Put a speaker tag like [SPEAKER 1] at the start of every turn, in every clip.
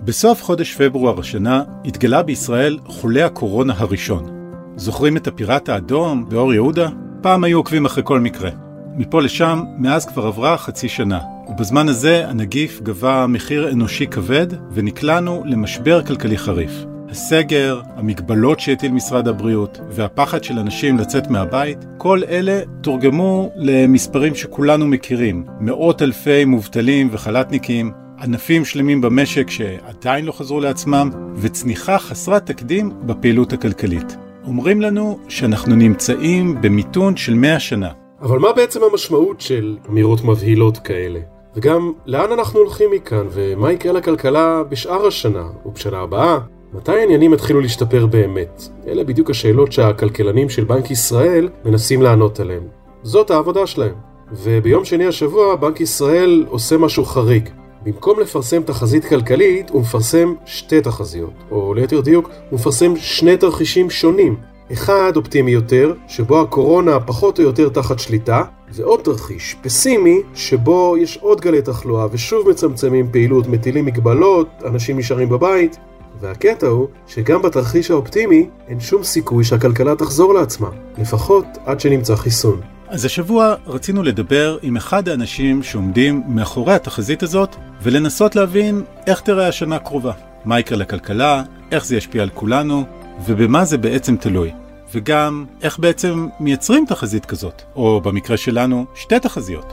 [SPEAKER 1] בסוף חודש פברואר השנה התגלה בישראל חולה הקורונה הראשון. זוכרים את הפיראט האדום באור יהודה? פעם היו עוקבים אחרי כל מקרה. מפה לשם, מאז כבר עברה חצי שנה, ובזמן הזה הנגיף גבה מחיר אנושי כבד ונקלענו למשבר כלכלי חריף. הסגר, המגבלות שהטיל משרד הבריאות והפחד של אנשים לצאת מהבית, כל אלה תורגמו למספרים שכולנו מכירים. מאות אלפי מובטלים וחלטניקים, ענפים שלמים במשק שעדיין לא חזרו לעצמם, וצניחה חסרת תקדים בפעילות הכלכלית. אומרים לנו שאנחנו נמצאים במיתון של 100 שנה.
[SPEAKER 2] אבל מה בעצם המשמעות של אמירות מבהילות כאלה? וגם לאן אנחנו הולכים מכאן, ומה יקרה לכלכלה בשאר השנה ובשנה הבאה? מתי העניינים התחילו להשתפר באמת? אלה בדיוק השאלות שהכלכלנים של בנק ישראל מנסים לענות עליהם. זאת העבודה שלהם. וביום שני השבוע בנק ישראל עושה משהו חריג. במקום לפרסם תחזית כלכלית, הוא מפרסם שתי תחזיות. או ליתר דיוק, הוא מפרסם שני תרחישים שונים. אחד אופטימי יותר, שבו הקורונה פחות או יותר תחת שליטה, ועוד תרחיש פסימי, שבו יש עוד גלי תחלואה ושוב מצמצמים פעילות, מטילים מגבלות, אנשים נשארים בבית. והקטע הוא שגם בתרחיש האופטימי אין שום סיכוי שהכלכלה תחזור לעצמה, לפחות עד שנמצא חיסון.
[SPEAKER 1] אז השבוע רצינו לדבר עם אחד האנשים שעומדים מאחורי התחזית הזאת, ולנסות להבין איך תראה השנה הקרובה. מה יקרה לכלכלה, איך זה ישפיע על כולנו, ובמה זה בעצם תלוי. וגם איך בעצם מייצרים תחזית כזאת, או במקרה שלנו, שתי תחזיות.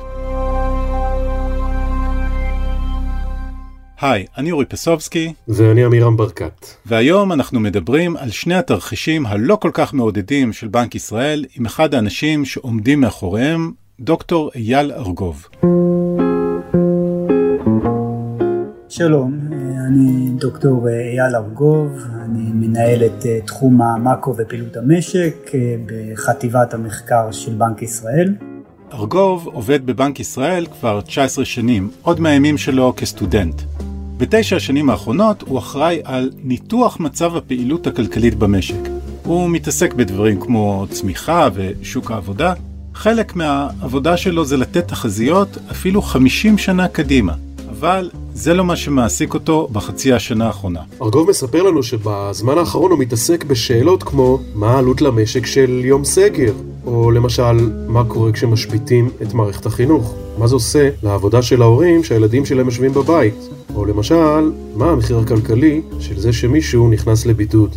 [SPEAKER 1] היי, אני אורי פסובסקי.
[SPEAKER 2] ואני אמירם ברקת.
[SPEAKER 1] והיום אנחנו מדברים על שני התרחישים הלא כל כך מעודדים של בנק ישראל, עם אחד האנשים שעומדים מאחוריהם, דוקטור אייל ארגוב.
[SPEAKER 3] שלום, אני דוקטור אייל ארגוב, אני מנהל את תחום המאקרו ופעילות המשק בחטיבת המחקר של בנק ישראל.
[SPEAKER 1] ארגוב עובד בבנק ישראל כבר 19 שנים, עוד מהימים שלו כסטודנט. ב9 השנים האחרונות הוא אחראי על ניתוח מצב הפעילות הכלכלית במשק. הוא מתעסק בדברים כמו צמיחה ושוק העבודה. חלק מהעבודה שלו זה לתת תחזיות אפילו 50 שנה קדימה. אבל זה לא מה שמעסיק אותו בחצי השנה האחרונה.
[SPEAKER 2] ארגוב מספר לנו שבזמן האחרון הוא מתעסק בשאלות כמו מה העלות למשק של יום סגר, או למשל מה קורה כשמשביתים את מערכת החינוך, מה זה עושה לעבודה של ההורים שהילדים שלהם יושבים בבית, או למשל מה המחיר הכלכלי של זה שמישהו נכנס לבידוד.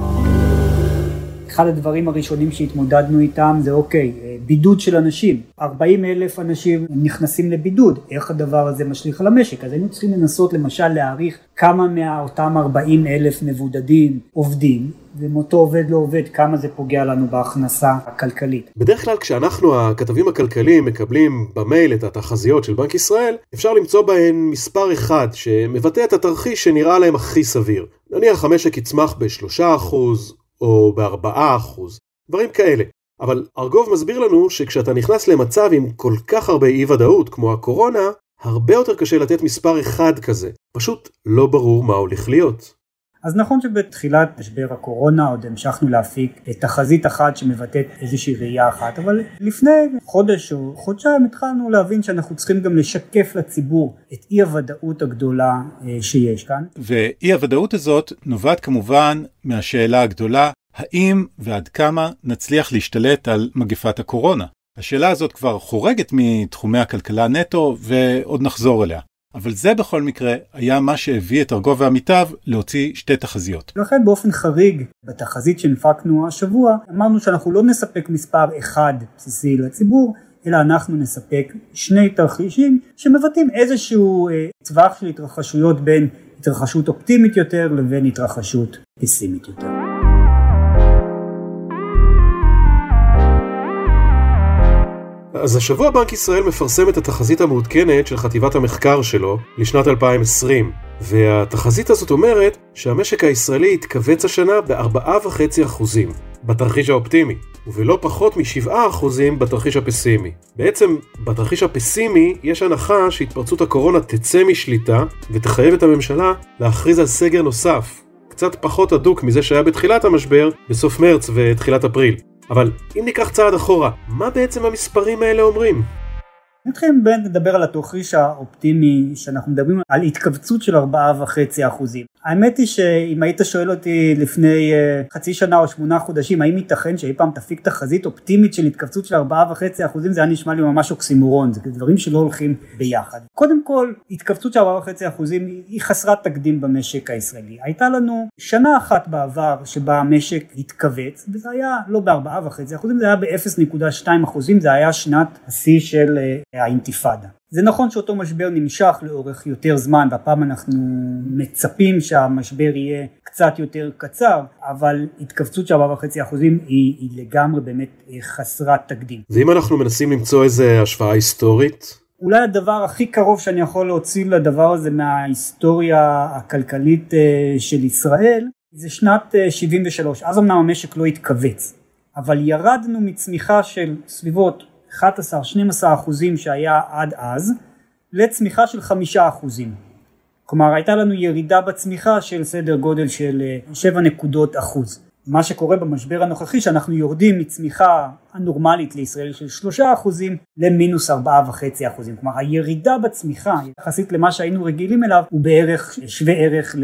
[SPEAKER 3] אחד הדברים הראשונים שהתמודדנו איתם זה בידוד של אנשים. 40,000 אנשים נכנסים לבידוד. איך הדבר הזה משליך על המשק? אז היינו צריכים לנסות למשל להעריך כמה מאותם 40,000 מבודדים עובדים, ומותו עובד לא עובד, כמה זה פוגע לנו בהכנסה הכלכלית.
[SPEAKER 2] בדרך כלל כשאנחנו הכתבים הכלכליים מקבלים במייל את התחזיות של בנק ישראל, אפשר למצוא בהן מספר אחד שמבטא את התרחיש שנראה להם הכי סביר. נניח המשק יצמח ב3%, או ב4%, דברים כאלה. אבל ארגוב מסביר לנו שכשאתה נכנס למצב עם כל כך הרבה אי-ודאות כמו הקורונה, הרבה יותר קשה לתת מספר אחד כזה. פשוט לא ברור מה הולך להיות.
[SPEAKER 3] אז נכון שבתחילת משבר הקורונה עוד המשכנו להפיק תחזית אחת שמבטאת איזושהי ראייה אחת, אבל לפני חודש או חודשיים התחלנו להבין שאנחנו צריכים גם לשקף לציבור את אי-הוודאות הגדולה שיש כאן.
[SPEAKER 1] ואי-הוודאות הזאת נובעת כמובן מהשאלה הגדולה, האם ועד כמה נצליח להשתלט על מגפת הקורונה. השאלה הזאת כבר חורגת מתחומי הכלכלה נטו ועוד נחזור אליה. אבל זה בכל מקרה היה מה שהביא את ארגוב ועמיתיו להוציא שתי תחזיות.
[SPEAKER 3] לכן באופן חריג בתחזית שנפקנו השבוע, אמרנו שאנחנו לא נספק מספר אחד בסיסי לציבור, אלא אנחנו נספק שני תרחישים שמבטאים איזשהו טווח של התרחשויות בין התרחשות אופטימית יותר לבין התרחשות פסימית יותר.
[SPEAKER 2] אז השבוע בנק ישראל מפרסם את התחזית המעודכנת של חטיבת המחקר שלו לשנת 2020, והתחזית הזאת אומרת שהמשק הישראלי יתכווץ השנה ב4.5% בתרחיש האופטימי, ובלא פחות מ7% בתרחיש הפסימי. בעצם בתרחיש הפסימי יש הנחה שהתפרצות הקורונה תצא משליטה ותחייב את הממשלה להכריז על סגר נוסף, קצת פחות הדוק מזה שהיה בתחילת המשבר בסוף מרץ ותחילת אפריל. אבל אם ניקח צעד אחורה, מה בעצם המספרים האלה אומרים?
[SPEAKER 3] נתחיל לדבר על התרחיש האופטימי שאנחנו מדברים על התכווצות של 4.5%. האמת היא שאם היית שואל אותי לפני חצי שנה או 8 חודשים, האם ייתכן שאי פעם תפיק תחזית אופטימית של התכווצות של 4.5%, זה היה נשמע לי ממש אוקסימורון, זה דברים שלא הולכים ביחד. קודם כל, התכווצות של 4.5% היא חסרת תקדים במשק הישראלי. הייתה לנו שנה אחת בעבר שבה המשק התכווץ, וזה היה לא ב4.5%, זה היה ב0.2%, זה היה שנת השיא של האינתיפאדה. זה נכון שאותו משבר נמשך לאורך יותר זמן, והפעם אנחנו מצפים שהמשבר יהיה קצת יותר קצר, אבל התכווצות של 4.5% היא לגמרי באמת חסרת תקדים.
[SPEAKER 2] ואם אנחנו מנסים למצוא איזה השוואה היסטורית?
[SPEAKER 3] אולי הדבר הכי קרוב שאני יכול להוציא לדבר הזה מההיסטוריה הכלכלית של ישראל, זה שנת 73. אז אמנם המשק לא התכווץ, אבל ירדנו מצמיחה של סביבות 11-12% שהיה עד אז, לצמיחה של 5%. כלומר, הייתה לנו ירידה בצמיחה של סדר גודל של 7%. מה שקורה במשבר הנוכחי, שאנחנו יורדים מצמיחה הנורמלית לישראל של 3% למינוס 4.5%. כלומר, הירידה בצמיחה, יחסית למה שהיינו רגילים אליו, הוא בערך שווה ערך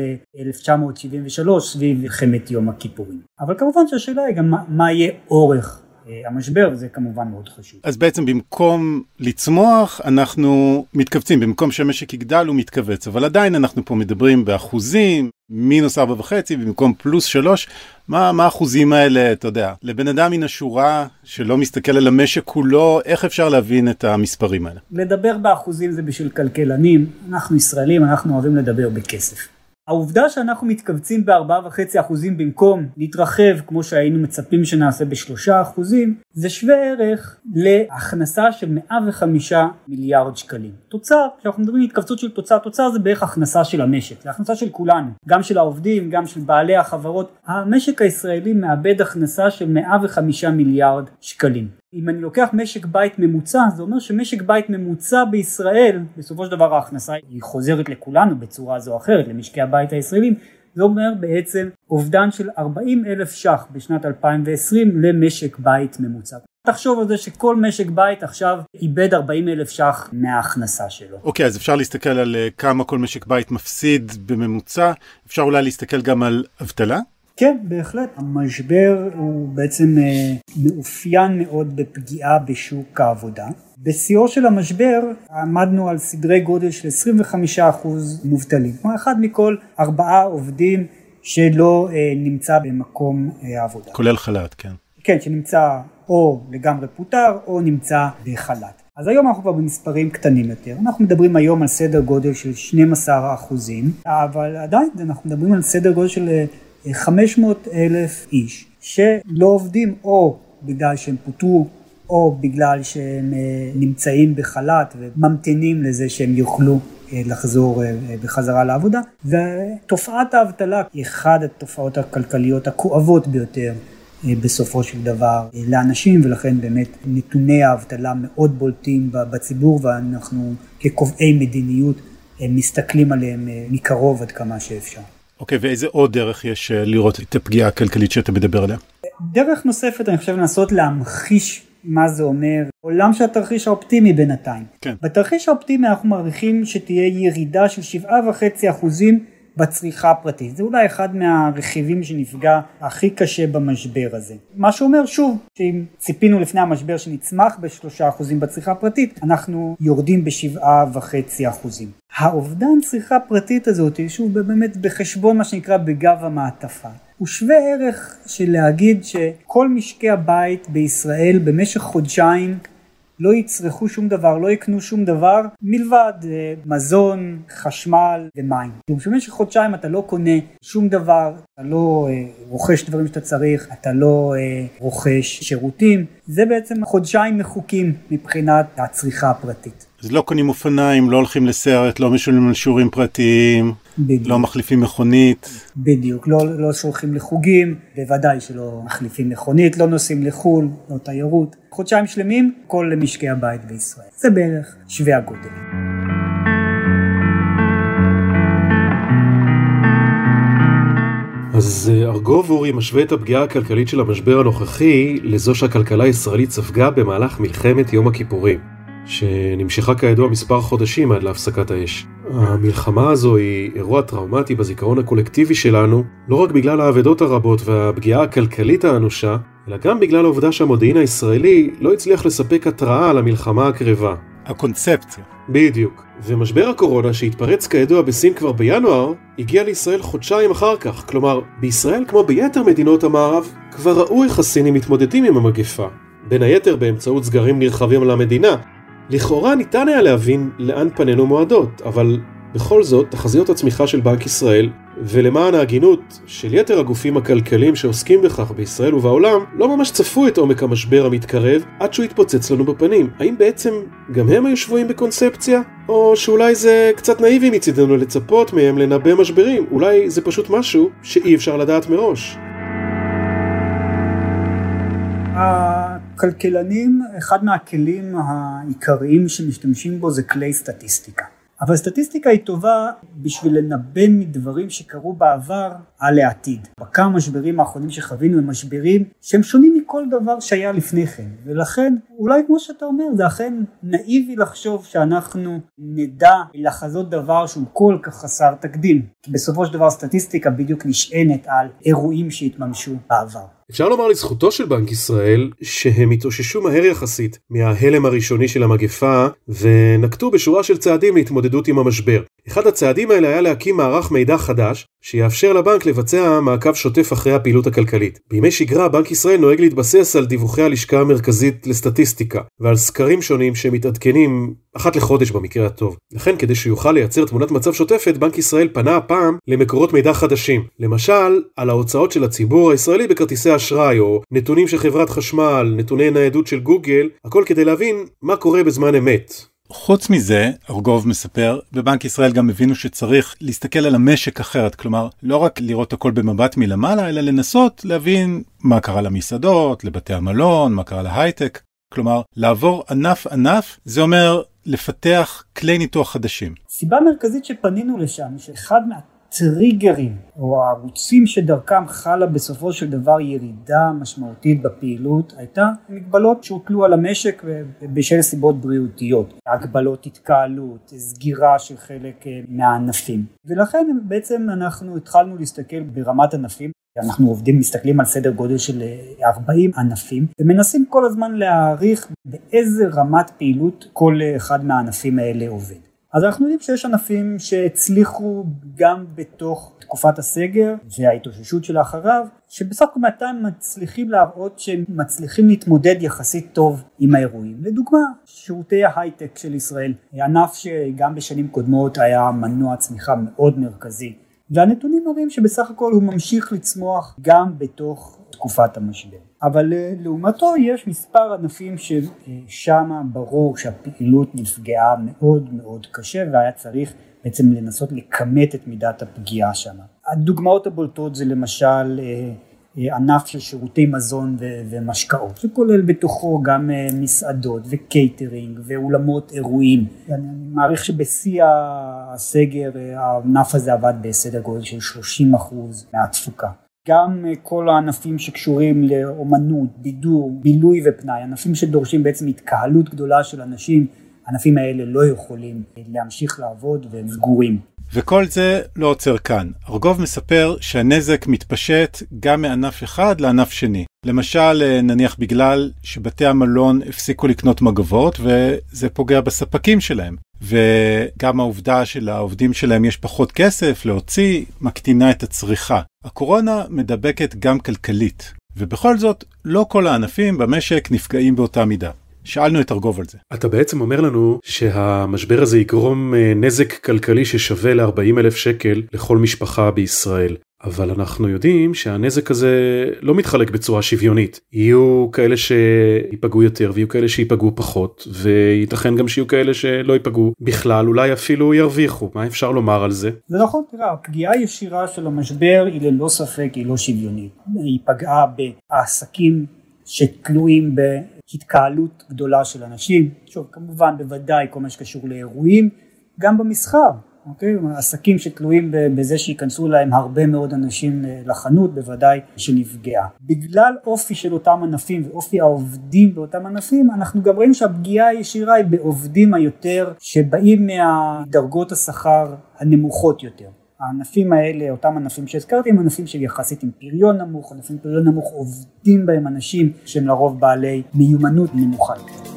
[SPEAKER 3] ל-1973 סביב מלחמת יום הכיפורים. אבל כמובן שהשאלה היא גם מה יהיה אורך המשבר, וזה כמובן מאוד חשוב.
[SPEAKER 1] אז בעצם במקום לצמוח, אנחנו מתכווצים, במקום שהמשק יגדל הוא מתכווץ, אבל עדיין אנחנו פה מדברים באחוזים, מינוס 4.5, במקום פלוס 3, מה האחוזים האלה, אתה יודע, לבן אדם מן השורה שלא מסתכל על המשק כולו, איך אפשר להבין את המספרים האלה?
[SPEAKER 3] לדבר באחוזים זה בשביל כלכלנים, אנחנו ישראלים, אנחנו אוהבים לדבר בכסף. העובדה שאנחנו מתכווצים ב4.5% במקום להתרחב כמו שהיינו מצפים שנעשה ב3%, זה שווה ערך להכנסה של 105 מיליארד שקלים. תוצר, כשאנחנו מדברים התכווצות של תוצר זה בערך הכנסה של המשק, זה הכנסה של כולנו, גם של העובדים, גם של בעלי החברות. המשק הישראלי מאבד הכנסה של 105 מיליארד שקלים. אם אני לוקח משק בית ממוצע, זה אומר שמשק בית ממוצע בישראל, בסופו של דבר ההכנסה היא חוזרת לכולנו בצורה זו או אחרת, למשקי הבית הישראלים, זה אומר בעצם אובדן של 40,000 ש"ח בשנת 2020 למשק בית ממוצע. תחשוב על זה שכל משק בית עכשיו איבד 40,000 ש"ח מההכנסה שלו.
[SPEAKER 1] אוקיי, אז אפשר להסתכל על כמה כל משק בית מפסיד בממוצע, אפשר אולי להסתכל גם על אבטלה?
[SPEAKER 3] כן, בהחלט. המשבר הוא בעצם מאופיין מאוד בפגיעה בשוק העבודה. בשיאו של המשבר עמדנו על סדרי גודל של 25% מובטלים. כמו אחד מכל 4 עובדים שלא נמצא במקום העבודה.
[SPEAKER 1] כולל חל"ת, כן.
[SPEAKER 3] כן, שנמצא או לגמרי פוטר או נמצא בחל"ת. אז היום אנחנו כבר במספרים קטנים יותר. אנחנו מדברים היום על סדר גודל של 12%, אבל עדיין אנחנו מדברים על סדר גודל של 500,000 איש שלא עובדים או בגלל שהם פוטרו או בגלל שהם נמצאים בחל"ת וממתינים לזה שהם יוכלו לחזור בחזרה לעבודה. ותופעת האבטלה היא אחד התופעות הכלכליות הכואבות ביותר בסופו של דבר לאנשים, ולכן באמת נתוני האבטלה מאוד בולטים בציבור, ואנחנו כקובעי מדיניות מסתכלים עליהם מקרוב עד כמה שאפשר.
[SPEAKER 1] אוקיי, ואיזה עוד דרך יש לראות את הפגיעה הכלכלית שאתה מדבר עליה?
[SPEAKER 3] דרך נוספת, אני חושב לנסות להמחיש מה זה אומר, עולם של התרחיש האופטימי בינתיים.
[SPEAKER 1] כן.
[SPEAKER 3] בתרחיש האופטימי אנחנו מעריכים שתהיה ירידה של 7.5% בצריכה הפרטית. זה אולי אחד מהרכיבים שנפגע הכי קשה במשבר הזה. מה שאומר שוב, שאם ציפינו לפני המשבר שנצמח ב3% בצריכה הפרטית, אנחנו יורדים ב7.5%. האובדן צריכה פרטית הזאת, שוב באמת בחשבון מה שנקרא בגב המעטפה, הוא שווה ערך של להגיד שכל משקי הבית בישראל במשך חודשיים לא יצרכו שום דבר, לא יקנו שום דבר, מלבד מזון, חשמל ומים. במשך חודשיים אתה לא קונה שום דבר, אתה לא רוכש דברים שאתה צריך, אתה לא רוכש שירותים. זה בעצם חודשיים מחוקים מבחינת הצריכה הפרטית.
[SPEAKER 1] אז לא קונים אופניים, לא הולכים לסרט, לא משלמים על שיעורים פרטיים, בדיוק. לא מחליפים מכונית.
[SPEAKER 3] בדיוק, לא שולחים לחוגים, בוודאי שלא מחליפים מכונית, לא נוסעים לחול, לא תיירות. חודשיים שלמים, כל משקי הבית בישראל. זה בערך שווה הגודל.
[SPEAKER 2] אז ארגוב אורי משווה את הפגיעה הכלכלית של המשבר הנוכחי לזו שהכלכלה הישראלית ספגה במהלך מלחמת יום הכיפורים. שנמשכה כידוע מספר חודשים עד להפסקת האש. המלחמה הזו היא אירוע טראומטי בזיכרון הקולקטיבי שלנו, לא רק בגלל האבדות הרבות והפגיעה הכלכלית האנושה, אלא גם בגלל העובדה שהמודיעין הישראלי לא הצליח לספק התראה על המלחמה הקרבה.
[SPEAKER 1] הקונספציה.
[SPEAKER 2] בדיוק. ומשבר הקורונה שהתפרץ כידוע בסין כבר בינואר, הגיע לישראל חודשיים אחר כך. כלומר, בישראל כמו ביתר מדינות המערב, כבר ראו איך הסינים מתמודדים עם המגפה. בין היתר באמצעות סגרים נרחבים על המדינה. לכאורה ניתן היה להבין לאן פנינו מועדות, אבל בכל זאת, תחזיות הצמיחה של בנק ישראל, ולמען ההגינות של יתר הגופים הכלכליים שעוסקים בכך בישראל ובעולם, לא ממש צפו את עומק המשבר המתקרב עד שהוא התפוצץ לנו בפנים. האם בעצם גם הם היו שבויים בקונספציה? או שאולי זה קצת נאיבי מצידנו לצפות מהם לנבא משברים? אולי זה פשוט משהו שאי אפשר לדעת מראש.
[SPEAKER 3] הכלכלנים, אחד מהכלים העיקריים שמשתמשים בו זה כלי סטטיסטיקה. אבל סטטיסטיקה היא טובה בשביל לנבא מדברים שקרו בעבר על העתיד. בכמה משברים האחרונים שחווינו הם משברים שהם שונים מכל דבר שהיה לפני כן. ולכן, אולי כמו שאתה אומר, זה אכן נאיבי לחשוב שאנחנו נדע לחזות דבר שהוא כל כך חסר תקדים. כי בסופו של דבר סטטיסטיקה בדיוק נשענת על אירועים שהתממשו בעבר.
[SPEAKER 2] אפשר לומר לזכותו של בנק ישראל שהם התאוששו מהר יחסית מההלם הראשוני של המגפה ונקטו בשורה של צעדים להתמודדות עם המשבר. אחד הצעדים האלה היה להקים מערך מידע חדש שיאפשר לבנק לבצע מעקב שוטף אחרי הפעילות הכלכלית. בימי שגרה בנק ישראל נוהג להתבסס על דיווחי הלשכה המרכזית לסטטיסטיקה ועל סקרים שונים שמתעדכנים אחת לחודש במקרה הטוב. לכן כדי שיוכל לייצר תמונת מצב שוטפת, בנק ישראל פנה הפעם למקורות מידע חדשים. למשל, על ההוצאות של הציבור הישראלי בכרטיסי אשראי או נתונים של חברת חשמל, נתוני ניידות של גוגל, הכל כדי להבין מה קורה בזמן אמת.
[SPEAKER 1] חוץ מזה, ארגוב מספר, בבנק ישראל גם הבינו שצריך להסתכל על המשק אחרת, כלומר, לא רק לראות הכל במבט מלמעלה, אלא לנסות להבין מה קרה למסעדות, לבתי המלון, מה קרה להייטק. כלומר, לעבור ענף, זה אומר לפתח כלי ניתוח חדשים.
[SPEAKER 3] סיבה מרכזית שפנינו לשם, שאחד מהטריגרים או הערוצים שדרכם חלה בסופו של דבר ירידה משמעותית בפעילות, הייתה מגבלות שהוטלו על המשק בשל סיבות בריאותיות. הגבלות התקהלות, סגירה של חלק מהענפים. ולכן בעצם אנחנו התחלנו להסתכל ברמת ענפים. אנחנו מסתכלים על סדר גודל של 40 ענפים, ומנסים כל הזמן להעריך באיזה רמת פעילות כל אחד מהענפים האלה עובד. אז אנחנו יודעים שיש ענפים שהצליחו גם בתוך תקופת הסגר וההתאוששות שלאחריו, שבסך הכל מעטים מצליחים להראות שהם מצליחים להתמודד יחסית טוב עם האירועים. לדוגמה, שירותי ההייטק של ישראל, ענף שגם בשנים קודמות היה מנוע צמיחה מאוד מרכזי. והנתונים מראים שבסך הכל הוא ממשיך לצמוח גם בתוך תקופת המשבר. אבל לעומתו יש מספר ענפים ששם ברור שהפעילות נפגעה מאוד מאוד קשה, והיה צריך בעצם לנסות לכמת את מידת הפגיעה שם. הדוגמאות הבולטות זה למשל ענף של שירותי מזון ומשקאות, שכולל בתוכו גם מסעדות וקייטרינג ואולמות אירועים. אני מעריך שבשיא הסגר הענף הזה עבד בסדר גודל של 30% מהתפוקה. גם כל הענפים שקשורים לאומנות, בידור, בילוי ופנאי, ענפים שדורשים בעצם התקהלות גדולה של אנשים, הענפים האלה לא יכולים להמשיך לעבוד והם סגורים.
[SPEAKER 1] וכל זה לא עוצר כאן. ארגוב מספר שהנזק מתפשט גם מענף אחד לענף שני. למשל, נניח בגלל שבתי המלון הפסיקו לקנות מגבות, וזה פוגע בספקים שלהם. וגם העובדה שלעובדים שלהם יש פחות כסף להוציא, מקטינה את הצריכה. הקורונה מדבקת גם כלכלית. ובכל זאת, לא כל הענפים במשק נפגעים באותה מידה. שאלנו את ארגוב על זה.
[SPEAKER 2] אתה בעצם אומר לנו שהמשבר הזה יגרום נזק כלכלי ששווה ל-40,000 שקל לכל משפחה בישראל. אבל אנחנו יודעים שהנזק הזה לא מתחלק בצורה שוויונית. יהיו כאלה שיפגעו יותר ויהיו כאלה שיפגעו פחות, וייתכן גם שיהיו כאלה שלא ייפגעו בכלל, אולי אפילו ירוויחו. מה אפשר לומר על זה?
[SPEAKER 3] זה נכון, תראה, הפגיעה הישירה של המשבר היא ללא ספק, היא לא שוויונית. היא פגעה בעסקים שתלויים בהתקהלות גדולה של אנשים, שוב, כמובן בוודאי כל מה שקשור לאירועים, גם במסחר. אוקיי? עסקים שתלויים בזה שיכנסו להם הרבה מאוד אנשים לחנות, בוודאי שנפגעה. בגלל אופי של אותם ענפים ואופי העובדים באותם ענפים, אנחנו גם רואים שהפגיעה הישירה היא בעובדים היותר שבאים מדרגות השכר הנמוכות יותר. הענפים האלה, אותם ענפים שהזכרתי, הם ענפים של יחסית עם פריון נמוך, ענפים עם פריון נמוך עובדים בהם אנשים שהם לרוב בעלי מיומנות נמוכה יותר.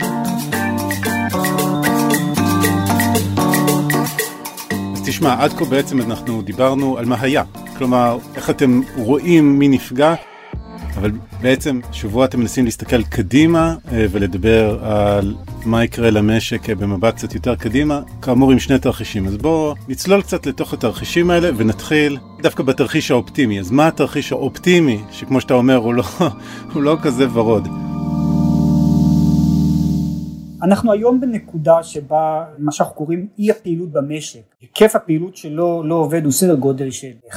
[SPEAKER 1] תשמע, עד כה בעצם אנחנו דיברנו על מה היה, כלומר, איך אתם רואים מי נפגע, אבל בעצם שבוע אתם מנסים להסתכל קדימה ולדבר על מה יקרה למשק במבט קצת יותר קדימה, כאמור עם שני תרחישים. אז בואו נצלול קצת לתוך התרחישים האלה ונתחיל דווקא בתרחיש האופטימי. אז מה התרחיש האופטימי, שכמו שאתה אומר הוא לא כזה ורוד?
[SPEAKER 3] אנחנו היום בנקודה שבה מה שאנחנו קוראים אי הפעילות במשק, היקף הפעילות שלו לא עובד, הוא סדר גודל של 11%,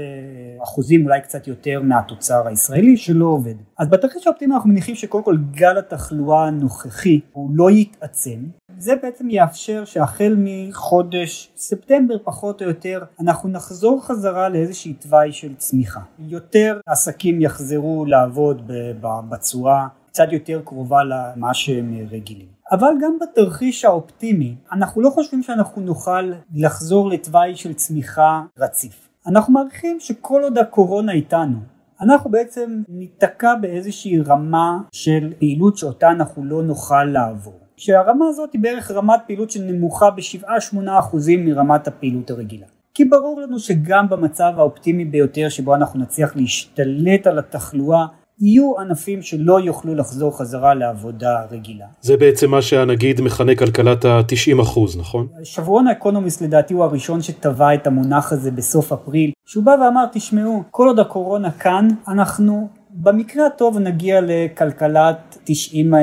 [SPEAKER 3] אולי קצת יותר מהתוצר הישראלי שלא עובד. אז בתרחיש האופטימי אנחנו מניחים שקודם כל גל התחלואה הנוכחי הוא לא יתעצם. זה בעצם יאפשר שהחל מחודש ספטמבר פחות או יותר אנחנו נחזור חזרה לאיזושהי תוואי של צמיחה. יותר עסקים יחזרו לעבוד בצורה קצת יותר קרובה למה שהם רגילים. אבל גם בתרחיש האופטימי אנחנו לא חושבים שאנחנו נוכל לחזור לתוואי של צמיחה רציף. אנחנו מעריכים שכל עוד הקורונה איתנו, אנחנו בעצם ניתקע באיזושהי רמה של פעילות שאותה אנחנו לא נוכל לעבור. שהרמה הזאת היא בערך רמת פעילות שנמוכה ב7-8% מרמת הפעילות הרגילה. כי ברור לנו שגם במצב האופטימי ביותר שבו אנחנו נצליח להשתלט על התחלואה, יהיו ענפים שלא יוכלו לחזור חזרה לעבודה רגילה.
[SPEAKER 2] זה בעצם מה שהנגיד מכנה כלכלת ה-90%, נכון?
[SPEAKER 3] שבועון האקונומיסט לדעתי הוא הראשון שטבע את המונח הזה בסוף אפריל, שהוא בא ואמר, תשמעו, כל עוד הקורונה כאן, אנחנו במקרה הטוב נגיע לכלכלת 90%.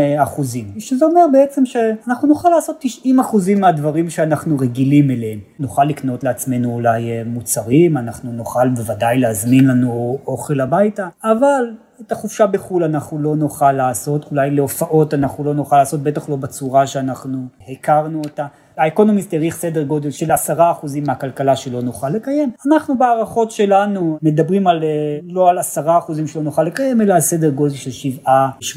[SPEAKER 3] שזה אומר בעצם שאנחנו נוכל לעשות 90% מהדברים שאנחנו רגילים אליהם. נוכל לקנות לעצמנו אולי מוצרים, אנחנו נוכל בוודאי להזמין לנו אוכל הביתה, אבל את החופשה בחול אנחנו לא נוכל לעשות, אולי להופעות אנחנו לא נוכל לעשות, בטח לא בצורה שאנחנו הכרנו אותה. האקונומיסט העריך סדר גודל של 10% מהכלכלה שלא נוכל לקיים. אנחנו בהערכות שלנו מדברים על לא על 10% שלא נוכל לקיים, אלא על סדר גודל של 7-8%,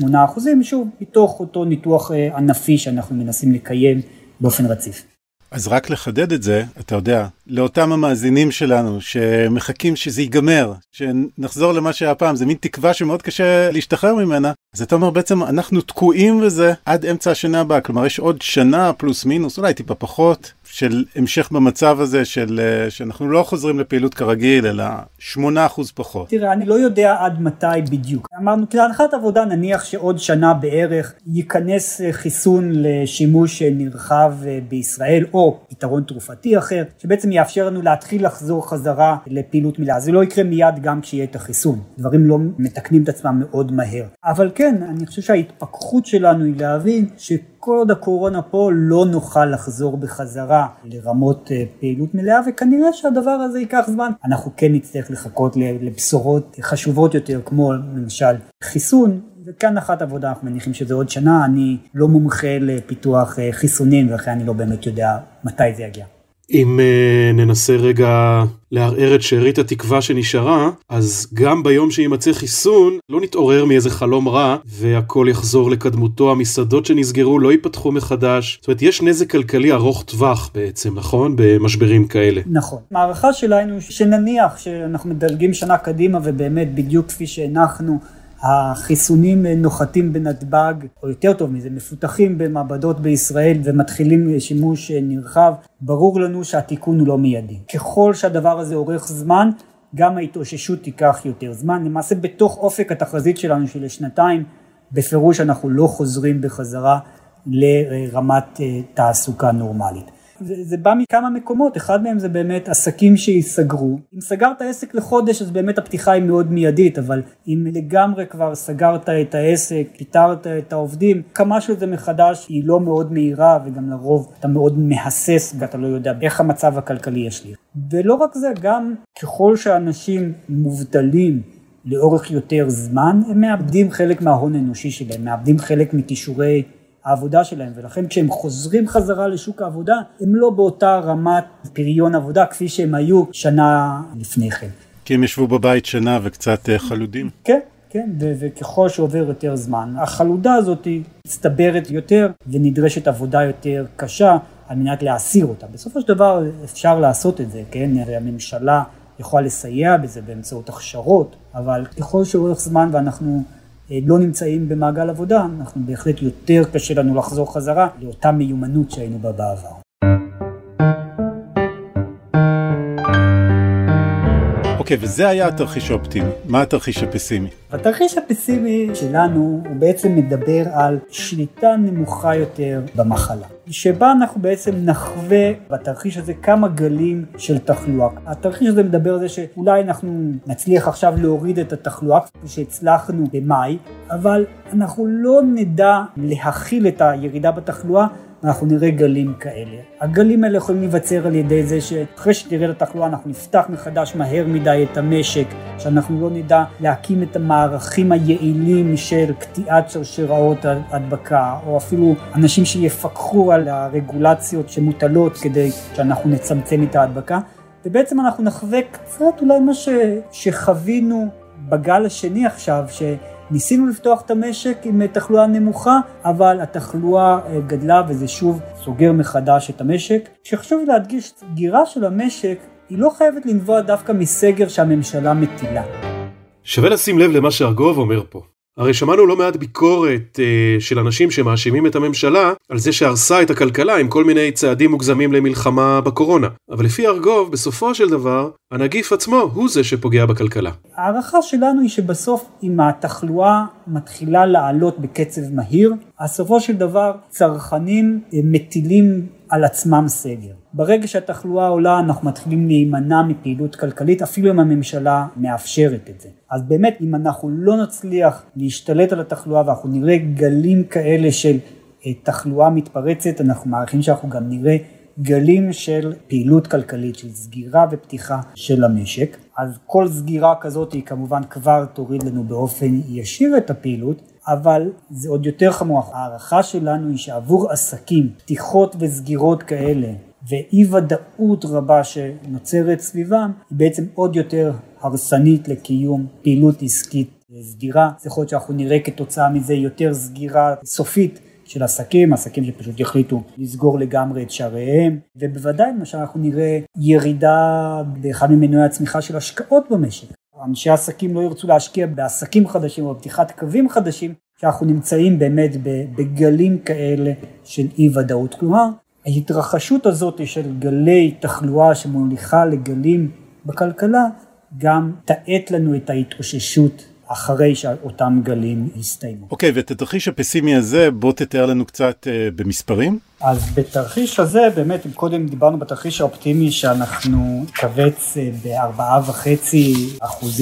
[SPEAKER 3] שוב, מתוך אותו ניתוח ענפי שאנחנו מנסים לקיים באופן רציף.
[SPEAKER 1] אז רק לחדד את זה, אתה יודע, לאותם המאזינים שלנו שמחכים שזה ייגמר, שנחזור למה שהיה פעם, זה מין תקווה שמאוד קשה להשתחרר ממנה, אז אתה אומר בעצם אנחנו תקועים בזה עד אמצע השנה הבאה, כלומר יש עוד שנה פלוס מינוס, אולי טיפה פחות, של המשך במצב הזה שאנחנו לא חוזרים לפעילות כרגיל, אלא 8% פחות.
[SPEAKER 3] תראה, אני לא יודע עד מתי בדיוק. אמרנו, כהנחת עבודה נניח שעוד שנה בערך ייכנס חיסון לשימוש נרחב בישראל, או פתרון תרופתי אחר, שבעצם יאפשר לנו להתחיל לחזור חזרה לפעילות מלאה. זה לא יקרה מיד גם כשיהיה את החיסון. דברים לא מתקנים את עצמם מאוד מהר. אבל כן, אני חושב שההתפכחות שלנו היא להבין כל עוד הקורונה פה לא נוכל לחזור בחזרה לרמות פעילות מלאה, וכנראה שהדבר הזה ייקח זמן. אנחנו כן נצטרך לחכות לבשורות חשובות יותר, כמו למשל חיסון, וכאן אחת עבודה אנחנו מניחים שזה עוד שנה. אני לא מומחה לפיתוח חיסונים, ולכן אני לא באמת יודע מתי זה יגיע.
[SPEAKER 2] אם ננסה רגע לערער את שארית התקווה שנשארה, אז גם ביום שימצא חיסון, לא נתעורר מאיזה חלום רע, והכל יחזור לקדמותו, המסעדות שנסגרו לא ייפתחו מחדש. זאת אומרת, יש נזק כלכלי ארוך טווח בעצם, נכון? במשברים כאלה.
[SPEAKER 3] נכון. מערכה שלנו, שנניח שאנחנו מדלגים שנה קדימה, ובאמת בדיוק כפי שהנחנו, החיסונים נוחתים בנתב"ג, או יותר טוב מזה, מפותחים במעבדות בישראל ומתחילים שימוש נרחב, ברור לנו שהתיקון הוא לא מיידי. ככל שהדבר הזה אורך זמן, גם ההתאוששות תיקח יותר זמן. למעשה בתוך אופק התחזית שלנו של שנתיים, בפירוש אנחנו לא חוזרים בחזרה לרמת תעסוקה נורמלית. זה בא מכמה מקומות, אחד מהם זה באמת עסקים שיסגרו. אם סגרת עסק לחודש אז באמת הפתיחה היא מאוד מיידית, אבל אם לגמרי כבר סגרת את העסק, פיטרת את העובדים, כמה של זה מחדש היא לא מאוד מהירה, וגם לרוב אתה מאוד מהסס ואתה לא יודע איך המצב הכלכלי ישליך. ולא רק זה, גם ככל שאנשים מובטלים לאורך יותר זמן, הם מאבדים חלק מההון האנושי שלהם, מאבדים חלק מכישורי העבודה שלהם, ולכן כשהם חוזרים חזרה לשוק העבודה, הם לא באותה רמת פריון עבודה כפי שהם היו שנה לפני כן.
[SPEAKER 1] כי הם ישבו בבית שנה וקצת חלודים.
[SPEAKER 3] כן. כן, וככל שעובר יותר זמן, החלודה הזאת היא מצטברת יותר ונדרשת עבודה יותר קשה על מנת להסיר אותה. בסופו של דבר אפשר לעשות את זה, כן? הממשלה יכולה לסייע בזה באמצעות הכשרות, אבל ככל שעורך זמן ואנחנו לא נמצאים במעגל עבודה, אנחנו בהחלט יותר קשה לנו לחזור חזרה לאותה מיומנות שהיינו בה בעבר.
[SPEAKER 1] אוקיי, וזה היה התרחיש האופטימי. מה התרחיש הפסימי?
[SPEAKER 3] התרחיש הפסימי שלנו הוא בעצם מדבר על שליטה נמוכה יותר במחלה, שבה אנחנו בעצם נחווה בתרחיש הזה כמה גלים של תחלואה. התרחיש הזה מדבר על זה שאולי אנחנו נצליח עכשיו להוריד את התחלואה כפי שהצלחנו במאי, אבל אנחנו לא נדע להכיל את הירידה בתחלואה, אנחנו נראה גלים כאלה. הגלים האלה יכולים להיווצר על ידי זה שאחרי שתרד התחלואה אנחנו נפתח מחדש מהר מדי את המשק, שאנחנו לא נדע להקים את המערכים היעילים של קטיעת שרשראות הדבקה, או אפילו אנשים שיפקחו על הרגולציות שמוטלות כדי שאנחנו נצמצם את ההדבקה, ובעצם אנחנו נחווה קצת אולי מה שחווינו בגל השני עכשיו, ניסינו לפתוח את המשק עם תחלואה נמוכה, אבל התחלואה גדלה וזה שוב סוגר מחדש את המשק. שחשוב להדגיש, סגירה של המשק היא לא חייבת לנבוע דווקא מסגר שהממשלה מטילה.
[SPEAKER 2] שווה לשים לב למה שארגוב אומר פה. הרי שמענו לא מעט ביקורת של אנשים שמאשימים את הממשלה על זה שהרסה את הכלכלה עם כל מיני צעדים מוגזמים למלחמה בקורונה. אבל לפי ארגוב, בסופו של דבר, הנגיף עצמו הוא זה שפוגע בכלכלה.
[SPEAKER 3] הערכה שלנו היא שבסוף אם התחלואה מתחילה לעלות בקצב מהיר, בסופו של דבר צרכנים מטילים על עצמם סגר. ברגע שהתחלואה עולה אנחנו מתחילים להימנע מפעילות כלכלית, אפילו אם הממשלה מאפשרת את זה. אז באמת אם אנחנו לא נצליח להשתלט על התחלואה ואנחנו נראה גלים כאלה של תחלואה מתפרצת, אנחנו מעריכים שאנחנו גם נראה גלים של פעילות כלכלית, של סגירה ופתיחה של המשק. אז כל סגירה כזאת היא כמובן כבר תוריד לנו באופן ישיר את הפעילות, אבל זה עוד יותר חמור. הערכה שלנו היא שעבור עסקים, פתיחות וסגירות כאלה, ואי ודאות רבה שנוצרת סביבם, היא בעצם עוד יותר הרסנית לקיום פעילות עסקית סגירה. זה יכול להיות שאנחנו נראה כתוצאה מזה יותר סגירה סופית של עסקים שפשוט יחליטו לסגור לגמרי את שעריהם, ובוודאי למשל אנחנו נראה ירידה באחד ממנועי הצמיחה של השקעות במשק. אנשי עסקים לא ירצו להשקיע בעסקים חדשים או בפתיחת קווים חדשים, שאנחנו נמצאים באמת בגלים כאלה של אי ודאות. כלומר, ההתרחשות הזאת של גלי תחלואה שמוליכה לגלים בכלכלה, גם תעט לנו את ההתאוששות אחרי שאותם גלים הסתיימו.
[SPEAKER 1] אוקיי, ואת התרחיש הפסימי הזה, בוא תתאר לנו קצת במספרים.
[SPEAKER 3] אז בתרחיש הזה, באמת, אם קודם דיברנו בתרחיש האופטימי שאנחנו קבץ ב4.5%,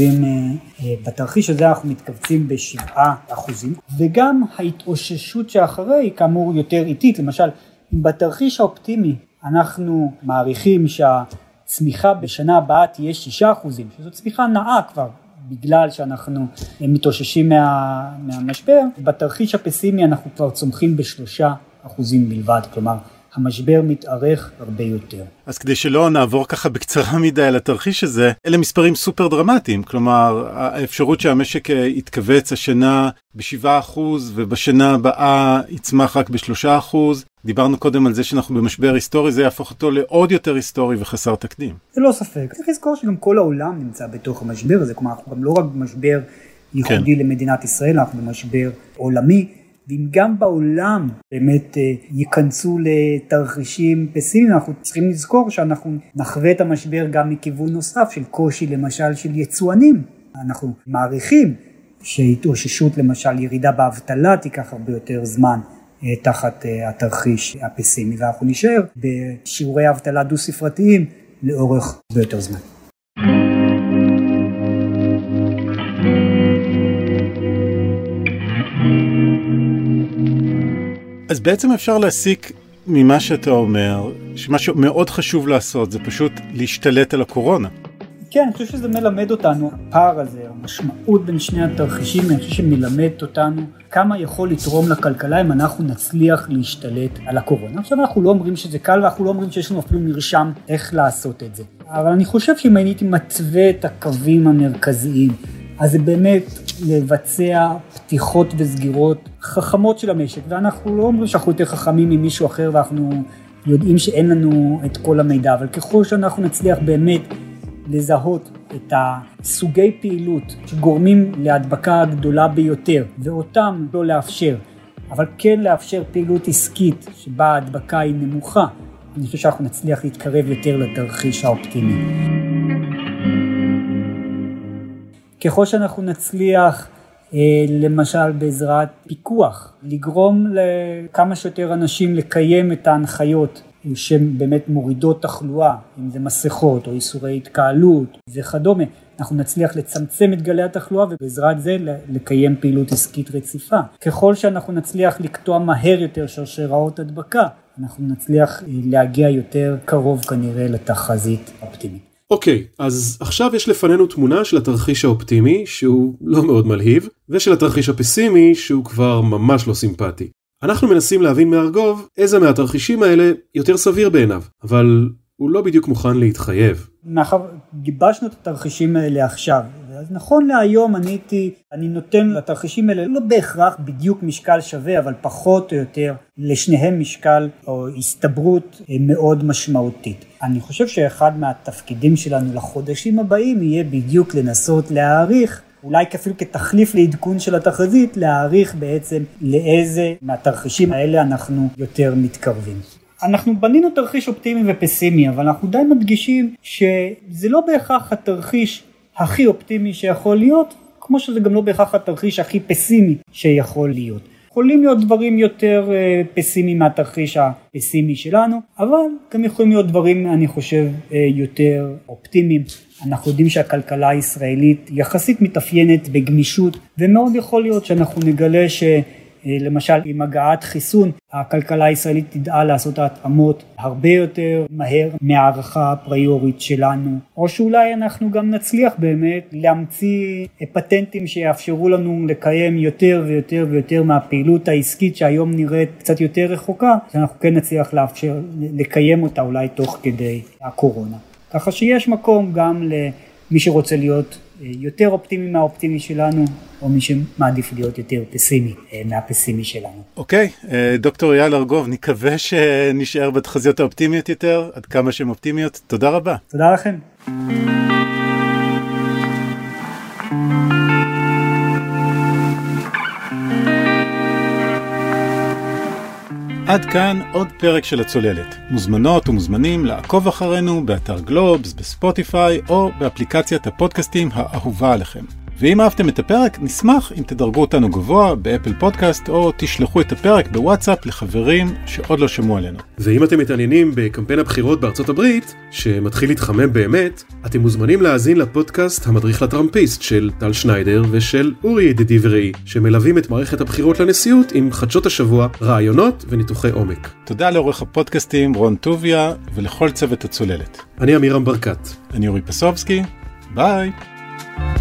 [SPEAKER 3] בתרחיש הזה אנחנו מתכווצים ב7%, וגם ההתאוששות שאחרי היא כאמור יותר איטית. למשל, אם בתרחיש האופטימי אנחנו מעריכים שהצמיחה בשנה הבאה תהיה 6%, שזו צמיחה נאה כבר, בגלל שאנחנו מתאוששים מהמשבר, בתרחיש הפסימי אנחנו כבר צומחים ב3% בלבד, כלומר המשבר מתארך הרבה יותר.
[SPEAKER 1] אז כדי שלא נעבור ככה בקצרה מדי על התרחיש הזה, אלה מספרים סופר דרמטיים, כלומר האפשרות שהמשק יתכווץ השנה ב7% ובשנה הבאה יצמח רק ב3%. דיברנו קודם על זה שאנחנו במשבר היסטורי, זה יהפוך אותו לעוד יותר היסטורי וחסר תקדים.
[SPEAKER 3] זה לא ספק. צריך לזכור שגם כל העולם נמצא בתוך המשבר הזה, כלומר אנחנו גם לא רק במשבר ייחודי למדינת ישראל, אנחנו במשבר עולמי, ואם גם בעולם באמת ייכנסו לתרחישים פסימיים, אנחנו צריכים לזכור שאנחנו נחווה את המשבר גם מכיוון נוסף של קושי למשל של יצואנים. אנחנו מעריכים שהתאוששות למשל ירידה באבטלה תיקח הרבה יותר זמן תחת התרחיש הפסימי, ואנחנו נשאר בשיעורי האבטלה דו-ספרתיים לאורך הרבה יותר זמן.
[SPEAKER 1] אז בעצם אפשר להסיק ממה שאתה אומר, שמה שמאוד חשוב לעשות זה פשוט להשתלט על הקורונה.
[SPEAKER 3] כן, אני חושב שזה מלמד אותנו, הפער הזה, המשמעות בין שני התרחישים, אני חושב שמלמד אותנו כמה יכול לתרום לכלכלה אם אנחנו נצליח להשתלט על הקורונה. עכשיו אנחנו לא אומרים שזה קל, ואנחנו לא אומרים שיש לנו אפילו מרשם איך לעשות את זה. אבל אני חושב שאם הייתי מתווה את הקווים המרכזיים, אז זה באמת לבצע פתיחות וסגירות חכמות של המשק, ואנחנו לא אומרים שאנחנו יותר חכמים ממישהו אחר, ואנחנו יודעים שאין לנו את כל המידע, אבל ככל שאנחנו נצליח באמת לזהות את הסוגי פעילות שגורמים להדבקה הגדולה ביותר, ואותם לא לאפשר, אבל כן לאפשר פעילות עסקית שבה ההדבקה היא נמוכה, אני חושב שאנחנו נצליח להתקרב יותר לתרחיש האופטימי. ככל שאנחנו נצליח, למשל בעזרת פיקוח, לגרום לכמה שיותר אנשים לקיים את ההנחיות שהן באמת מורידות תחלואה, אם זה מסכות או איסורי התקהלות וכדומה, אנחנו נצליח לצמצם את גלי התחלואה ובעזרת זה לקיים פעילות עסקית רציפה. ככל שאנחנו נצליח לקטוע מהר יותר שרשראות הדבקה, אנחנו נצליח להגיע יותר קרוב כנראה לתחזית אופטימית.
[SPEAKER 2] אוקיי, אז עכשיו יש לפנינו תמונה של התרחיש האופטימי, שהוא לא מאוד מלהיב, ושל התרחיש הפסימי, שהוא כבר ממש לא סימפטי. אנחנו מנסים להבין מארגוב איזה מהתרחישים האלה יותר סביר בעיניו, אבל הוא לא בדיוק מוכן להתחייב.
[SPEAKER 3] מאחר גיבשנו את התרחישים האלה עכשיו, אז נכון להיום אני נותן לתרחישים האלה לא בהכרח בדיוק משקל שווה, אבל פחות או יותר לשניהם משקל או הסתברות מאוד משמעותית. אני חושב שאחד מהתפקידים שלנו לחודשים הבאים יהיה בדיוק לנסות להעריך, אולי אפילו כתחליף לעדכון של התחזית, להעריך בעצם לאיזה מהתרחישים האלה אנחנו יותר מתקרבים. אנחנו בנינו תרחיש אופטימי ופסימי, אבל אנחנו די מדגישים שזה לא בהכרח התרחיש הכי אופטימי שיכול להיות, כמו שזה גם לא בהכרח התרחיש הכי פסימי שיכול להיות. יכולים להיות דברים יותר פסימיים מהתרחיש הפסימי שלנו, אבל גם יכולים להיות דברים, אני חושב, יותר אופטימיים. אנחנו יודעים שהכלכלה הישראלית יחסית מתאפיינת בגמישות, ומאוד יכול להיות שאנחנו נגלה למשל עם הגעת חיסון, הכלכלה הישראלית תדעה לעשות התאמות הרבה יותר מהר מהערכה הפריורית שלנו, או שאולי אנחנו גם נצליח באמת להמציא פטנטים שיאפשרו לנו לקיים יותר ויותר ויותר מהפעילות העסקית שהיום נראית קצת יותר רחוקה, שאנחנו כן נצליח לאפשר לקיים אותה אולי תוך כדי הקורונה. ככה שיש מקום גם למי שרוצה להיות יותר אופטימי מהאופטימי שלנו, או מי שמעדיף להיות יותר פסימי מהפסימי שלנו.
[SPEAKER 1] אוקיי, דוקטור אייל ארגוב, נקווה שנשאר בתחזיות האופטימיות יותר, עד כמה שהן אופטימיות. תודה רבה.
[SPEAKER 3] תודה לכם.
[SPEAKER 1] עד כאן עוד פרק של הצוללת. מוזמנות ומוזמנים לעקוב אחרינו באתר גלובס, בספוטיפיי או באפליקציית הפודקאסטים האהובה עליכם. ואם אהבתם את הפרק, נשמח אם תדרגו אותנו גבוה באפל פודקאסט או תשלחו את הפרק בוואטסאפ לחברים שעוד לא שמעו עלינו.
[SPEAKER 2] ואם אתם מתעניינים בקמפיין הבחירות בארצות הברית, שמתחיל להתחמם באמת, אתם מוזמנים להאזין לפודקאסט המדריך לטראמפיסט של טל שניידר ושל אורי ידידי ורעי, שמלווים את מערכת הבחירות לנשיאות עם חדשות השבוע, רעיונות וניתוחי עומק.
[SPEAKER 1] תודה לעורך הפודקאסטים רון טוביה ולכל צוות הצוללת.
[SPEAKER 2] אני אמירם ברקת.
[SPEAKER 1] אני אורי פסובסקי. ביי.